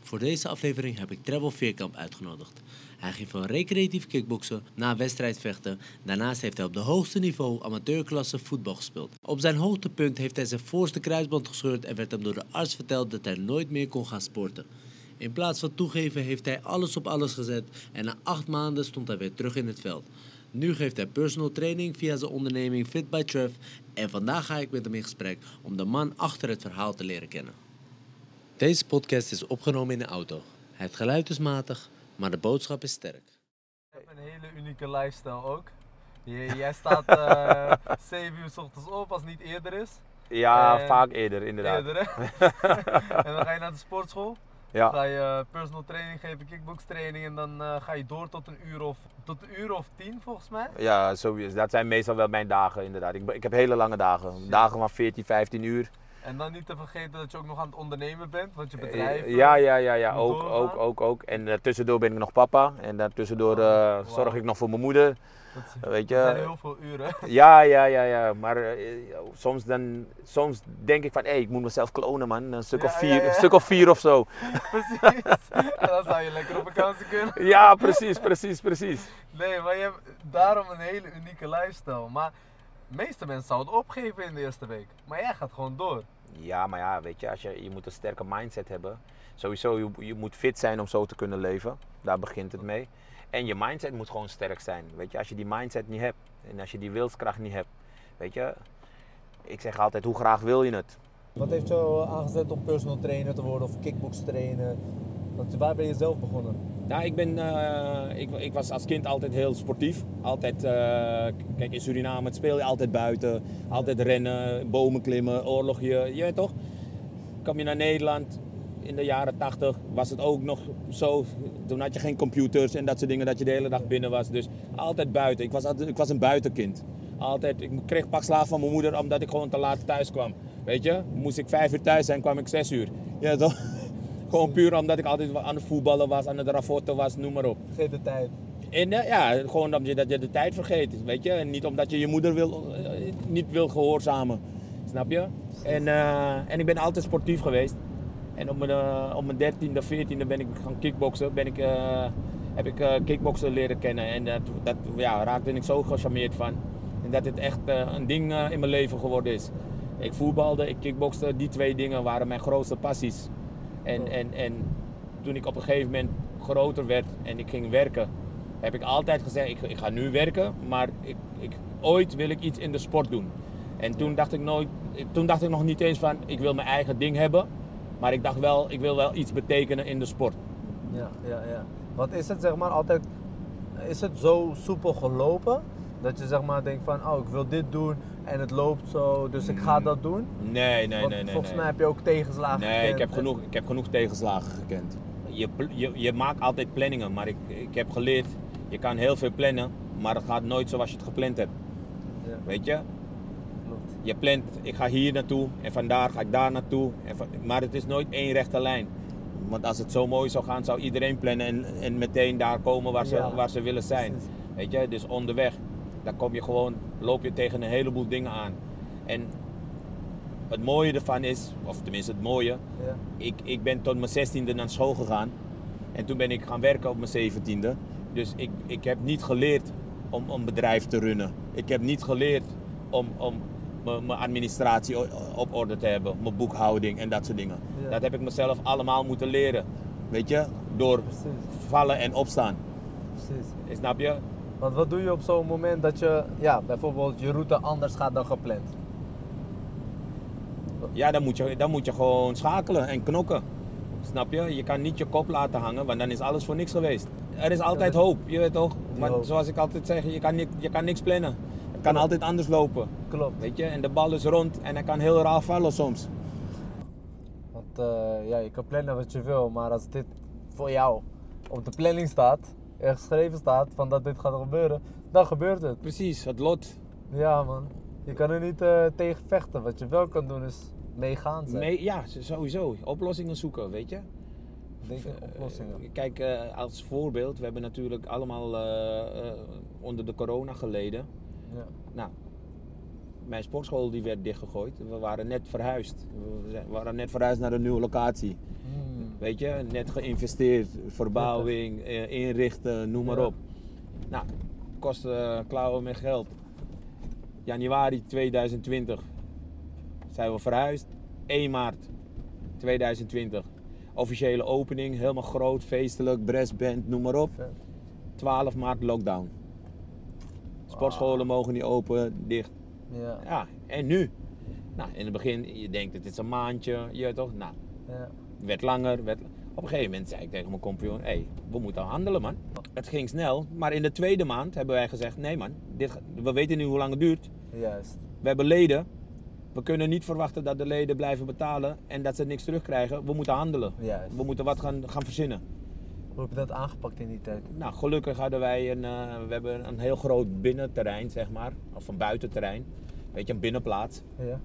Voor deze aflevering heb ik Trevor Veerkamp uitgenodigd. Hij ging van recreatief kickboksen naar wedstrijdvechten. Daarnaast heeft hij op de hoogste niveau amateurklasse voetbal gespeeld. Op zijn hoogtepunt heeft hij zijn voorste kruisband gescheurd en werd hem door de arts verteld dat hij nooit meer kon gaan sporten. In plaats van toegeven heeft hij alles op alles gezet en na 8 maanden stond hij weer terug in het veld. Nu geeft hij personal training via zijn onderneming Fit by Trev en vandaag ga ik met hem in gesprek om de man achter het verhaal te leren kennen. Deze podcast is opgenomen in de auto. Het geluid is matig, maar de boodschap is sterk. Je hebt een hele unieke lifestyle ook. Jij staat 7 uur 's ochtends op als het niet eerder is. Ja, En vaak eerder inderdaad. Eerder, hè? En dan ga je naar de sportschool. Ja. Ga je personal training geven, kickbox training en dan ga je door tot een uur of 10 volgens mij. Ja, zo is. Dat zijn meestal wel mijn dagen inderdaad. Ik heb hele lange dagen. Dagen van 14, 15 uur. En dan niet te vergeten dat je ook nog aan het ondernemen bent, want je bedrijf. Ja, moet doorgaan. ook. En tussendoor ben ik nog papa en tussendoor zorg ik nog voor mijn moeder. Weet je? Dat zijn heel veel uren. Ja. Maar soms denk ik van, hé, ik moet mezelf klonen man. Een stuk of vier of zo. Precies. En dan zou je lekker op vakantie kunnen. Ja, precies. Nee, maar je hebt daarom een hele unieke lifestyle. Maar de meeste mensen zouden opgeven in de eerste week. Maar jij gaat gewoon door. Ja, maar ja, weet je, je moet een sterke mindset hebben. Sowieso, je moet fit zijn om zo te kunnen leven. Daar begint het mee. En je mindset moet gewoon sterk zijn. Weet je, als je die mindset niet hebt en als je die wilskracht niet hebt, weet je, ik zeg altijd, hoe graag wil je het? Wat heeft jou aangezet om personal trainer te worden of kickbox trainen? Waar ben je zelf begonnen? Nou, ik was als kind altijd heel sportief. Altijd, kijk, in Suriname speel je altijd buiten. Altijd rennen, bomen klimmen, oorlogje. Je weet toch? Kom je naar Nederland, in de jaren 80 was het ook nog zo. Toen had je geen computers en dat soort dingen, dat je de hele dag binnen was. Dus altijd buiten. Ik was een buitenkind. Altijd, ik kreeg pak slaag van mijn moeder omdat ik gewoon te laat thuis kwam. Weet je? Moest ik 5 uur thuis zijn, kwam ik 6 uur. Ja, toch? Gewoon puur omdat ik altijd aan het voetballen was, aan het ravotten was, noem maar op. Vergeet de tijd. En gewoon dat je de tijd vergeet, weet je. En niet omdat je je moeder niet wil gehoorzamen, snap je? En ik ben altijd sportief geweest. En op mijn 13e, 14e ben ik gaan kickboksen. Heb ik kickboksen leren kennen. En dat raakte ik zo gecharmeerd van. En dat het echt een ding in mijn leven geworden is. Ik voetbalde, ik kickbokste. Die 2 dingen waren mijn grootste passies. En toen ik op een gegeven moment groter werd en ik ging werken, heb ik altijd gezegd, ik ga nu werken, maar ooit wil ik iets in de sport doen. En toen dacht ik nog niet eens van, ik wil mijn eigen ding hebben, maar ik dacht wel, ik wil wel iets betekenen in de sport. Ja. Wat is het zeg maar altijd, is het zo soepel gelopen, dat je zeg maar denkt van, oh ik wil dit doen en het loopt zo, dus ik ga dat doen? Nee. Volgens mij heb je ook tegenslagen gekend. Nee, ik heb genoeg tegenslagen gekend. Je maakt altijd planningen, maar ik heb geleerd, je kan heel veel plannen, maar het gaat nooit zoals je het gepland hebt. Ja. Weet je? Klopt. Je plant, ik ga hier naartoe en vandaar ga ik daar naartoe. Maar het is nooit één rechte lijn. Want als het zo mooi zou gaan, zou iedereen plannen en meteen daar komen waar ze willen zijn. Precies. Weet je, dus onderweg, dan loop je tegen een heleboel dingen aan. En het mooie ervan is, of tenminste het mooie, ik ben tot mijn 16e naar school gegaan. En toen ben ik gaan werken op mijn 17e. Dus ik heb niet geleerd om een bedrijf te runnen. Ik heb niet geleerd om mijn administratie op orde te hebben, mijn boekhouding en dat soort dingen. Ja. Dat heb ik mezelf allemaal moeten leren. Weet je, door vallen en opstaan. Precies. Snap je? Want wat doe je op zo'n moment dat je, bijvoorbeeld je route anders gaat dan gepland? Ja, dan moet je gewoon schakelen en knokken. Snap je? Je kan niet je kop laten hangen, want dan is alles voor niks geweest. Er is altijd hoop, je weet toch? Maar zoals ik altijd zeg, je kan niks plannen. Het kan altijd anders lopen. Klopt. Weet je? En de bal is rond en hij kan heel raar vallen soms. Want je kan plannen wat je wil, maar als dit voor jou op de planning staat, er geschreven staat van dat dit gaat gebeuren, dan gebeurt het. Precies, het lot. Ja man, je kan er niet tegen vechten. Wat je wel kan doen is meegaan zijn. Ja, sowieso. Oplossingen zoeken, weet je. Oplossingen. Kijk, als voorbeeld, we hebben natuurlijk allemaal onder de corona geleden. Ja. Nou, mijn sportschool die werd dichtgegooid. We waren net verhuisd. We waren net verhuisd naar een nieuwe locatie. Weet je, net geïnvesteerd, verbouwing, inrichten, noem maar op. Nou, kost klauwen met geld. Januari 2020 zijn we verhuisd. 1 maart 2020. Officiële opening, helemaal groot, feestelijk, brassband, noem maar op. 12 maart lockdown. Sportscholen mogen niet open, dicht. Ja. Ja, en nu? Nou, in het begin, je denkt het is een maandje, je weet toch? Nou, Ja. werd langer. Op een gegeven moment zei ik tegen mijn compagnon, hey, we moeten handelen, man. Het ging snel, maar in de tweede maand hebben wij gezegd, nee man, we weten niet hoe lang het duurt. Juist. We hebben leden. We kunnen niet verwachten dat de leden blijven betalen en dat ze niks terugkrijgen. We moeten handelen. Juist. We moeten wat gaan verzinnen. Hoe heb je dat aangepakt in die tijd? Nou, gelukkig hadden wij we hebben een heel groot binnenterrein, zeg maar. Of een buitenterrein. Weet je, een binnenplaats. Ja.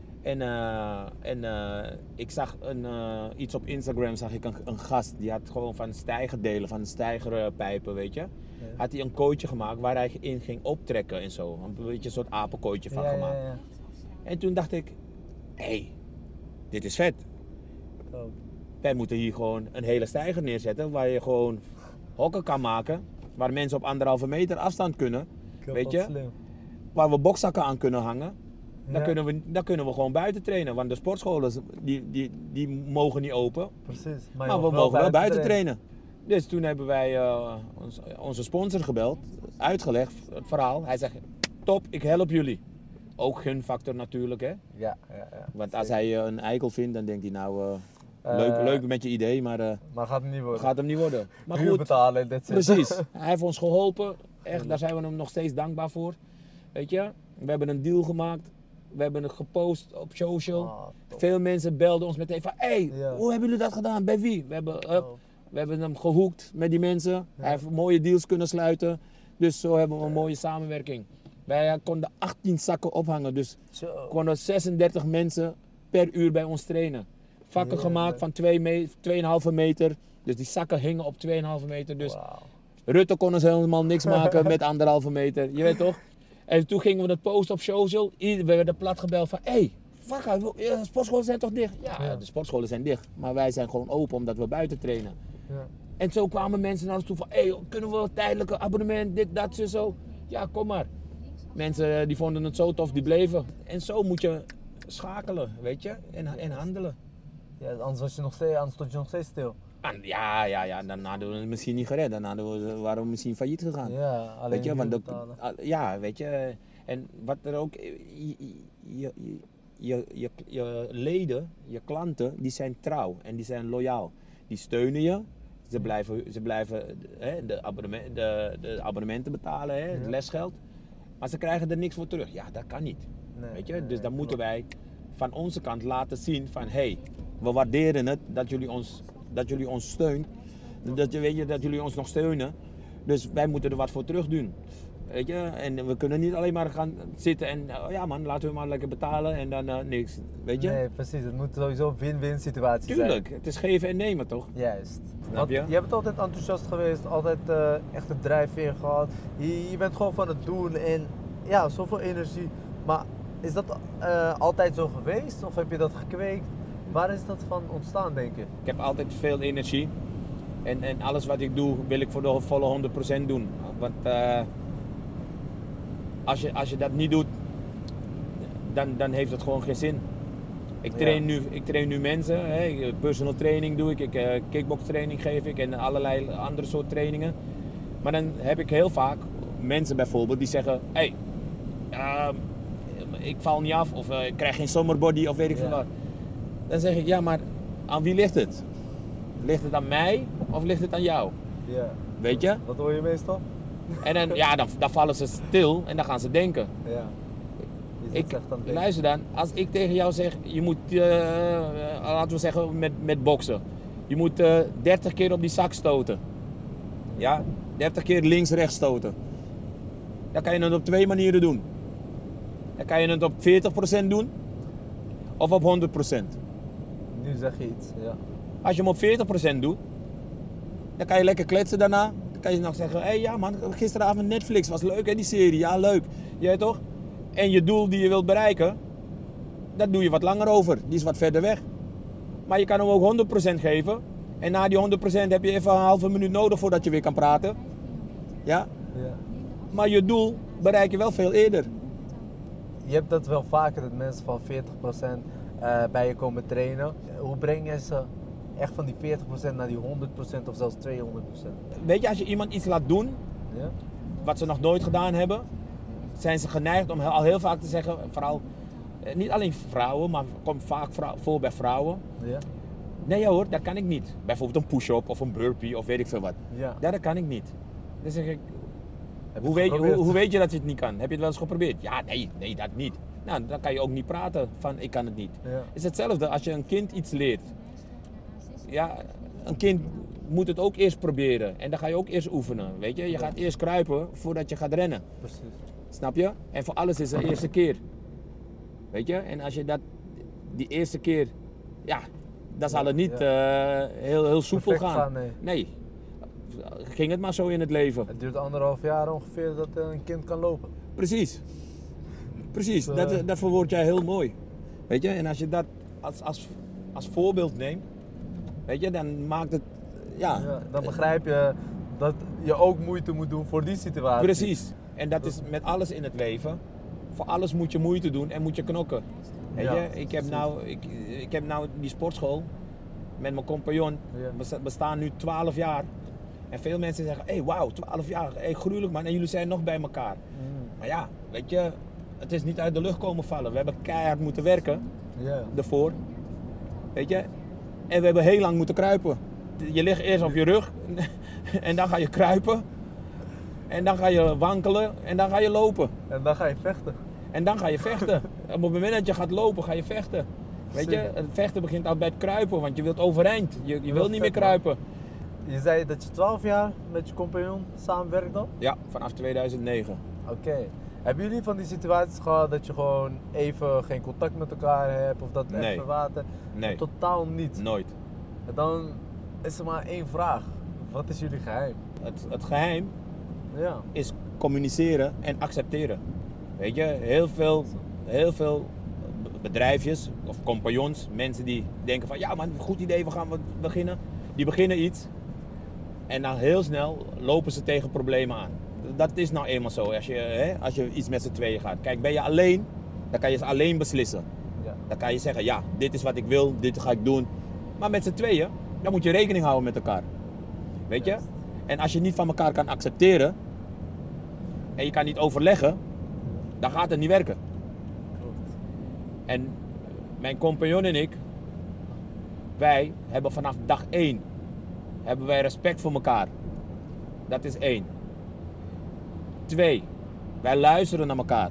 En ik zag iets op Instagram, zag ik een gast. Die had gewoon van stijgerdelen, van de stijgerpijpen, weet je. Had hij een kooitje gemaakt waar hij in ging optrekken en zo. Een beetje een soort apenkooitje van gemaakt. Ja. En toen dacht ik, hé, dit is vet. Top. Wij moeten hier gewoon een hele steiger neerzetten waar je gewoon hokken kan maken. Waar mensen op 1,5 meter afstand kunnen. Weet je? Slim. Waar we bokzakken aan kunnen hangen. Dan, Ja. kunnen we gewoon buiten trainen. Want de sportscholen die mogen niet open. Precies. Maar we mogen wel buiten trainen. Dus toen hebben wij onze sponsor gebeld. Uitgelegd het verhaal. Hij zegt, top, ik help jullie. Ook gunfactor natuurlijk, hè. Ja. Want als hij een eikel vindt, dan denkt hij nou, Eh, leuk met je idee, maar Maar gaat het niet worden. gaat hem niet worden. Maar Huur goed, betalen en that's it. precies. Hij heeft ons geholpen. Echt, daar zijn we hem nog steeds dankbaar voor. Weet je, we hebben een deal gemaakt. We hebben het gepost op social. Top. Veel mensen belden ons meteen van, hey, Ja. hoe hebben jullie dat gedaan? Bij wie? We hebben hem gehoekt met die mensen. Hij heeft mooie deals kunnen sluiten. Dus zo hebben we een mooie samenwerking. Wij konden 18 zakken ophangen. Dus Zo. konden 36 mensen per uur bij ons trainen. Vakken gemaakt van 2,5 meter. Dus die zakken hingen op 2,5 meter. Dus Wauw. Rutte kon ons helemaal niks maken met 1,5 meter. Je weet toch? En toen gingen we dat posten op social. We werden plat gebeld van, hey, de sportscholen zijn toch dicht? Ja, de sportscholen zijn dicht. Maar wij zijn gewoon open omdat we buiten trainen. Ja. En zo kwamen mensen naar ons toe van, hey, kunnen we een tijdelijke abonnement, dit, dat, zo. Ja, kom maar. Mensen die vonden het zo tof, die bleven. En zo moet je schakelen, weet je, en handelen. Ja, anders stond je nog steeds stil. Ja, dan hadden we het misschien niet gered. Dan waren we misschien failliet gegaan. Ja, alleen Weet je, huur want betalen. ja, weet je. En wat er ook, je leden, je klanten, die zijn trouw en die zijn loyaal. Die steunen je. Ze blijven hè, de abonnementen betalen, hè, het lesgeld. Maar ze krijgen er niks voor terug. Ja, dat kan niet. Nee, Weet je? nee, Dus dan klopt. moeten wij van onze kant laten zien van, hey, we waarderen het dat jullie ons steunt. Dat jullie ons nog steunen. Dus wij moeten er wat voor terug doen. Weet je? En we kunnen niet alleen maar gaan zitten en ja man, laten we maar lekker betalen en dan niks. Weet je? Nee, precies. Het moet sowieso een win-win situatie zijn. Tuurlijk, het is geven en nemen toch? Juist. Snap Want je? je bent altijd enthousiast geweest, altijd echt een drijfveer gehad. Je bent gewoon van het doen en ja, zoveel energie. Maar is dat altijd zo geweest of heb je dat gekweekt? Waar is dat van ontstaan, denk je? Ik heb altijd veel energie. En alles wat ik doe, wil ik voor de volle 100% doen. Want als je dat niet doet, dan heeft het gewoon geen zin. Ik train nu mensen, hè. Personal training doe ik, kickbox-training geef ik en allerlei andere soort trainingen. Maar dan heb ik heel vaak mensen bijvoorbeeld die zeggen, hey, ik val niet af of ik krijg geen summerbody of weet ik veel wat. Dan zeg ik, ja maar aan wie ligt het? Ligt het aan mij of ligt het aan jou? Ja. Weet je? Wat hoor je meestal? En dan vallen ze stil en dan gaan ze denken. Ja. Je zit echt aan het denken. Luister dan, als ik tegen jou zeg, je moet, laten we zeggen met boksen. Je moet 30 keer op die zak stoten. Ja, 30 keer links-rechts stoten. Dan kan je het op 2 manieren doen. Dan kan je het op 40% doen of op 100%. Nu zeg je iets, ja. Als je hem op 40% doet, dan kan je lekker kletsen daarna. Dan kan je nog zeggen, hé ja man, gisteravond Netflix, was leuk hè die serie, ja leuk. Je weet toch? En je doel die je wilt bereiken, dat doe je wat langer over, die is wat verder weg. Maar je kan hem ook 100% geven En na die 100% heb je even een halve minuut nodig voordat je weer kan praten. Ja? Ja. Maar je doel bereik je wel veel eerder. Je hebt dat wel vaker, dat mensen van 40% bij je komen trainen. Hoe breng je ze echt van die 40% naar die 100% of zelfs 200%? Weet je, als je iemand iets laat doen Ja? wat ze nog nooit gedaan hebben, zijn ze geneigd om al heel vaak te zeggen, vooral niet alleen vrouwen, maar komt vaak voor bij vrouwen. Ja? Nee hoor, dat kan ik niet. Bijvoorbeeld een push-up of een burpee of weet ik veel wat. Ja. Ja, dat kan ik niet. Dan zeg ik, Heb je hoe het weet, geprobeerd? hoe weet je dat je het niet kan? Heb je het wel eens geprobeerd? Ja, nee, dat niet. Nou, dan kan je ook niet praten van ik kan het niet. Ja. Het is hetzelfde als je een kind iets leert. Ja, een kind moet het ook eerst proberen en dan ga je ook eerst oefenen. Weet je, je gaat eerst kruipen voordat je gaat rennen. Precies. Snap je? En voor alles is de eerste keer. Weet je? En als je die eerste keer, ja, dan zal het niet heel soepel Perfect gaan. gaan, nee. Nee. Ging het maar zo in het leven. Het duurt 1,5 jaar ongeveer dat een kind kan lopen. Precies. Precies, Dus, dat verwoord jij heel mooi. Weet je, en als je dat als voorbeeld neemt, weet je, dan maakt het, Ja, dan begrijp je dat je ook moeite moet doen voor die situatie. Precies. En dat is met alles in het leven. Voor alles moet je moeite doen en moet je knokken. Weet Ja, je, ik heb nou die sportschool met mijn compagnon. Ja. We staan nu 12 jaar. En veel mensen zeggen, hey, wauw, 12 jaar, hey, gruwelijk man. En jullie zijn nog bij elkaar. Maar ja, weet je, het is niet uit de lucht komen vallen. We hebben keihard moeten werken Ja. ervoor. Weet je. En we hebben heel lang moeten kruipen. Je ligt eerst op je rug en dan ga je kruipen. En dan ga je wankelen en dan ga je lopen. En dan ga je vechten. En dan ga je vechten. Op het moment dat je gaat lopen, ga je vechten. Weet je, Zeker. het vechten begint al bij het kruipen, want je wilt overeind. Je wil wilt niet meer vet, kruipen. Je zei dat je 12 jaar met je compagnon samenwerkt al? Ja, vanaf 2009. Oké. Hebben jullie van die situaties gehad dat je gewoon even geen contact met elkaar hebt of dat Nee. even water? Nee. Totaal niet. Nooit. En dan is er maar één vraag. Wat is jullie geheim? Het geheim Ja. is communiceren en accepteren. Weet je, heel veel bedrijfjes of compagnons, mensen die denken van ja man, goed idee, we gaan beginnen. Die beginnen iets en dan heel snel lopen ze tegen problemen aan. Dat is nou eenmaal zo als je iets met z'n tweeën gaat. Kijk, ben je alleen, dan kan je ze alleen beslissen. Ja. Dan kan je zeggen, ja, dit is wat ik wil, dit ga ik doen. Maar met z'n tweeën, dan moet je rekening houden met elkaar. Weet je? Juist. En als je niet van elkaar kan accepteren en je kan niet overleggen, dan gaat het niet werken. Klopt. En mijn compagnon en ik, wij hebben vanaf dag 1 hebben wij respect voor elkaar. Dat is 1. 2, wij luisteren naar elkaar.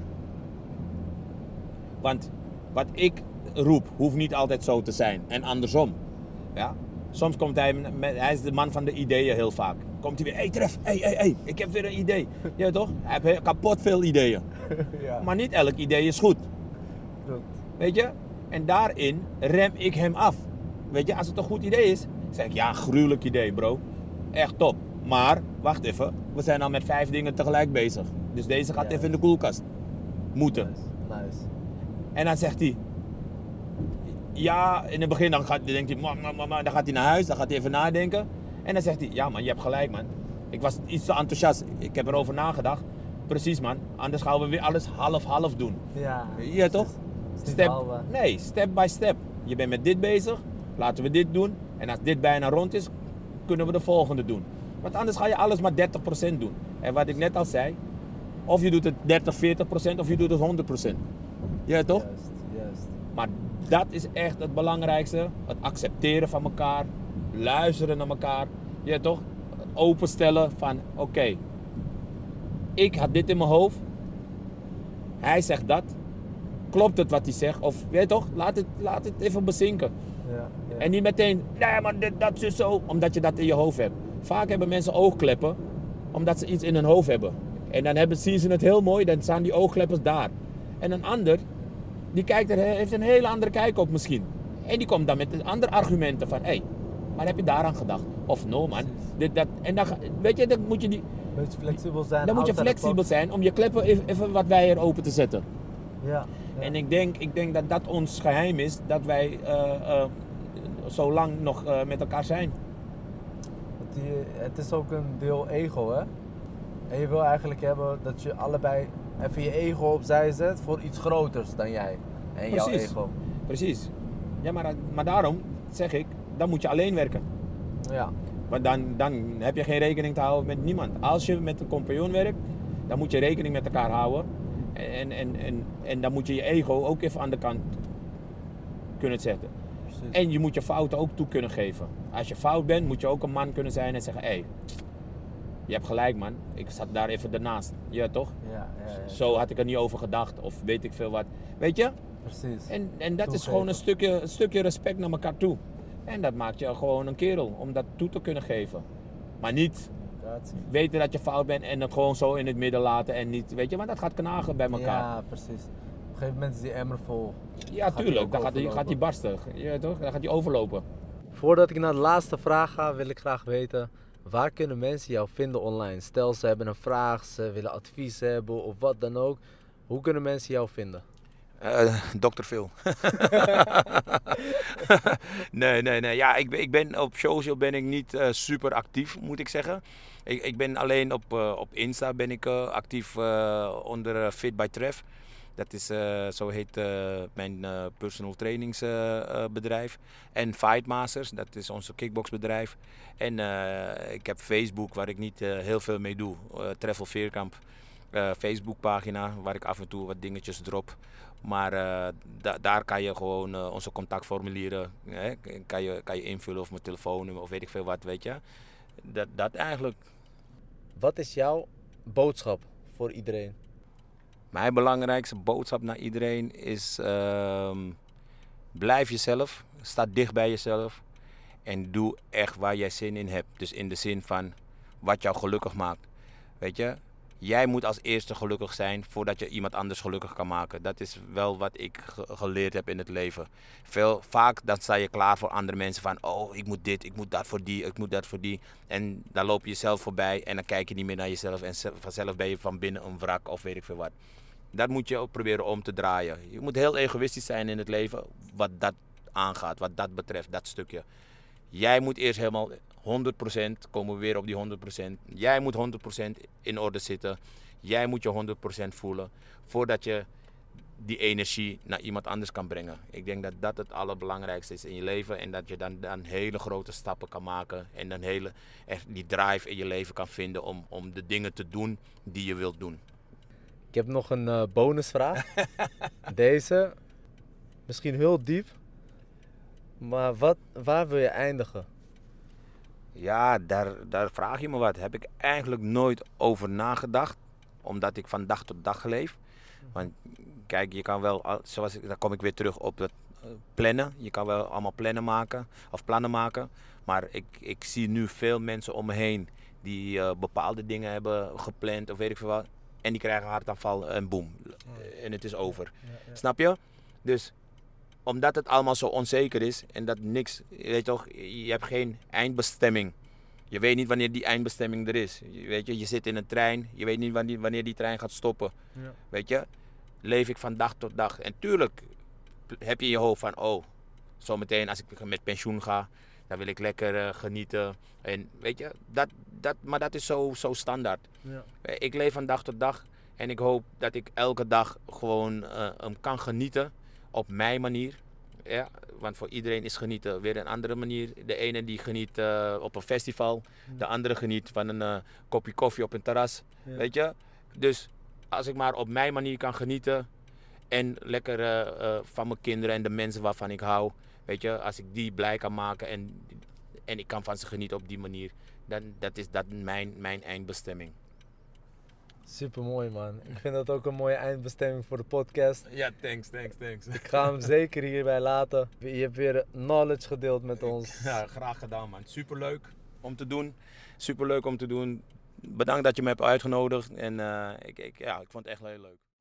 Want wat ik roep, hoeft niet altijd zo te zijn. En andersom. Ja? Soms komt hij is de man van de ideeën heel vaak. Komt hij weer, hey Tref, hey, ik heb weer een idee. Ja toch? Hij heeft kapot veel ideeën. Ja. Maar niet elk idee is goed. Klopt. Weet je? En daarin rem ik hem af. Weet je, als het een goed idee is, zeg ik ja, gruwelijk idee bro. Echt top. Maar, wacht even, we zijn al met 5 dingen tegelijk bezig. Dus deze gaat Ja. even in de koelkast. Moeten. Nice. En dan zegt hij, ja, in het begin dan denkt hij, dan gaat hij naar huis, dan gaat hij even nadenken. En dan zegt hij, ja man, je hebt gelijk man. Ik was iets te enthousiast, ik heb erover nagedacht. Precies man, anders gaan we weer alles half doen. Ja. Ja toch? Is niet haalbaar. Nee, step by step. Je bent met dit bezig, laten we dit doen. En als dit bijna rond is, kunnen we de volgende doen. Want anders ga je alles maar 30% doen. En wat ik net al zei, of je doet het 30-40% of je doet het 100%. Ja toch? Juist. Maar dat is echt het belangrijkste. Het accepteren van elkaar, luisteren naar elkaar. Ja toch? Het openstellen van oké, ik had dit in mijn hoofd. Hij zegt dat. Klopt het wat hij zegt? Of weet je toch? Laat het even bezinken. Ja. En niet meteen, nee maar dat is zo, omdat je dat in je hoofd hebt. Vaak hebben mensen oogkleppen, omdat ze iets in hun hoofd hebben. En dan zien ze het heel mooi, dan staan die oogkleppers daar. En een ander, die heeft een hele andere kijk op misschien. En die komt dan met andere argumenten van, hé, maar heb je daaraan gedacht? Of no man, dit, dat. En dan, weet je, dan moet je Beetje flexibel zijn. dan moet je outside the flexibel box. zijn om je kleppen even wat wijder open te zetten. Ja. En ik denk dat dat ons geheim is, dat wij zo lang nog met elkaar zijn. het is ook een deel ego, hè? En je wil eigenlijk hebben dat je allebei even je ego opzij zet voor iets groters dan jij. En jouw ego. Precies. Ja, maar daarom zeg ik, dan moet je alleen werken. Ja. Want dan heb je geen rekening te houden met niemand. Als je met een compagnon werkt, dan moet je rekening met elkaar houden. En dan moet je je ego ook even aan de kant kunnen zetten. Precies. En je moet je fouten ook toe kunnen geven. Als je fout bent, moet je ook een man kunnen zijn en zeggen: hé, je hebt gelijk man, ik zat daar even ernaast. Ja toch? Ja. Zo had ik er niet over gedacht of weet ik veel wat. Weet je? Precies. En dat is gewoon een stukje respect naar elkaar toe. En dat maakt je gewoon een kerel om dat toe te kunnen geven. Maar niet weten dat je fout bent en het gewoon zo in het midden laten en niet, weet je, want dat gaat knagen bij elkaar. Ja, precies. Op een gegeven moment is die emmer vol. Ja, tuurlijk, dan gaat die barsten. Ja, toch? Dan gaat die overlopen. Voordat ik naar de laatste vraag ga, wil ik graag weten, waar kunnen mensen jou vinden online? Stel, ze hebben een vraag, ze willen advies hebben of wat dan ook. Hoe kunnen mensen jou vinden? Dr. Phil. Nee. Ja, ik ben op social ben ik niet super actief, moet ik zeggen. Ik ben alleen op Insta ben ik actief onder Fit by Trev. Dat is, zo heet mijn personal trainingsbedrijf. En Fight Masters, dat is onze kickboxbedrijf. En ik heb Facebook waar ik niet heel veel mee doe. Treffel Veerkamp. Facebookpagina waar ik af en toe wat dingetjes drop. Maar daar kan je gewoon onze contactformulieren kan je invullen of mijn telefoonnummer of weet ik veel wat, weet je. Dat eigenlijk. Wat is jouw boodschap voor iedereen? Mijn belangrijkste boodschap naar iedereen is blijf jezelf, sta dicht bij jezelf en doe echt waar jij zin in hebt. Dus in de zin van wat jou gelukkig maakt, weet je. Jij moet als eerste gelukkig zijn voordat je iemand anders gelukkig kan maken. Dat is wel wat ik geleerd heb in het leven. Vaak dan sta je klaar voor andere mensen van oh, ik moet dit, ik moet dat voor die, ik moet dat voor die. En dan loop je jezelf voorbij en dan kijk je niet meer naar jezelf en vanzelf ben je van binnen een wrak of weet ik veel wat. Dat moet je ook proberen om te draaien. Je moet heel egoïstisch zijn in het leven wat dat aangaat, wat dat betreft, dat stukje. Jij moet eerst helemaal 100%, komen we weer op die 100%. Jij moet 100% in orde zitten. Jij moet je 100% voelen voordat je die energie naar iemand anders kan brengen. Ik denk dat dat het allerbelangrijkste is in je leven en dat je dan hele grote stappen kan maken en dan echt die drive in je leven kan vinden om de dingen te doen die je wilt doen. Ik heb nog een bonusvraag. Deze, misschien heel diep, maar waar wil je eindigen? Ja, daar vraag je me wat. Heb ik eigenlijk nooit over nagedacht, omdat ik van dag tot dag leef. Want kijk, je kan wel, dan kom ik weer terug op het plannen. Je kan wel allemaal plannen maken. Maar ik zie nu veel mensen om me heen die bepaalde dingen hebben gepland of weet ik veel wat. En die krijgen een hartaanval en boem. En het is over. Ja. Snap je? Dus omdat het allemaal zo onzeker is en dat niks, je weet toch, je hebt geen eindbestemming. Je weet niet wanneer die eindbestemming er is. Weet je zit in een trein, je weet niet wanneer die trein gaat stoppen. Ja. Weet je, leef ik van dag tot dag. En tuurlijk heb je in je hoofd van, oh, zometeen als ik met pensioen ga, dan wil ik lekker genieten. En weet je, maar dat is zo standaard. Ja. Ik leef van dag tot dag en ik hoop dat ik elke dag gewoon kan genieten. Op mijn manier, ja, want voor iedereen is genieten weer een andere manier. De ene die geniet op een festival, de andere geniet van een kopje koffie op een terras, weet je. Dus als ik maar op mijn manier kan genieten en lekker van mijn kinderen en de mensen waarvan ik hou, weet je, als ik die blij kan maken en ik kan van ze genieten op die manier, dan is dat mijn eindbestemming. Super mooi man. Ik vind dat ook een mooie eindbestemming voor de podcast. Ja, thanks. Ik ga hem zeker hierbij laten. Je hebt weer knowledge gedeeld met ons. Ja, graag gedaan man. Superleuk om te doen. Bedankt dat je me hebt uitgenodigd en ik vond het echt heel leuk.